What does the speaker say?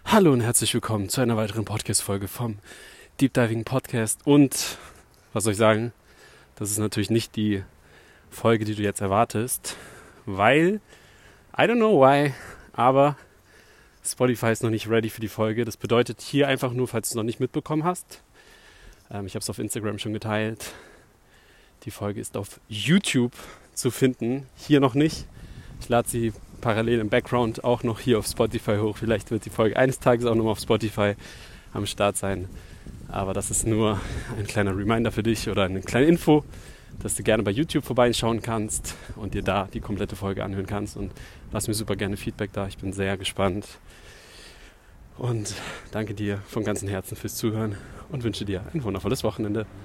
Hallo und herzlich willkommen zu einer weiteren Podcast-Folge vom Deep Diving Podcast. Und was soll ich sagen, das ist natürlich nicht die Folge, die du jetzt erwartest, weil, I don't know why, aber Spotify ist noch nicht ready für die Folge. Das bedeutet hier einfach nur, falls du es noch nicht mitbekommen hast, ich habe es auf Instagram schon geteilt, die Folge ist auf YouTube zu finden, hier noch nicht. Ich lade sie parallel im Background auch noch hier auf Spotify hoch. Vielleicht wird die Folge eines Tages auch nochmal auf Spotify am Start sein. Aber das ist nur ein kleiner Reminder für dich oder eine kleine Info, dass du gerne bei YouTube vorbeischauen kannst und dir da die komplette Folge anhören kannst. Und lass mir super gerne Feedback da. Ich bin sehr gespannt. Und danke dir von ganzem Herzen fürs Zuhören und wünsche dir ein wundervolles Wochenende.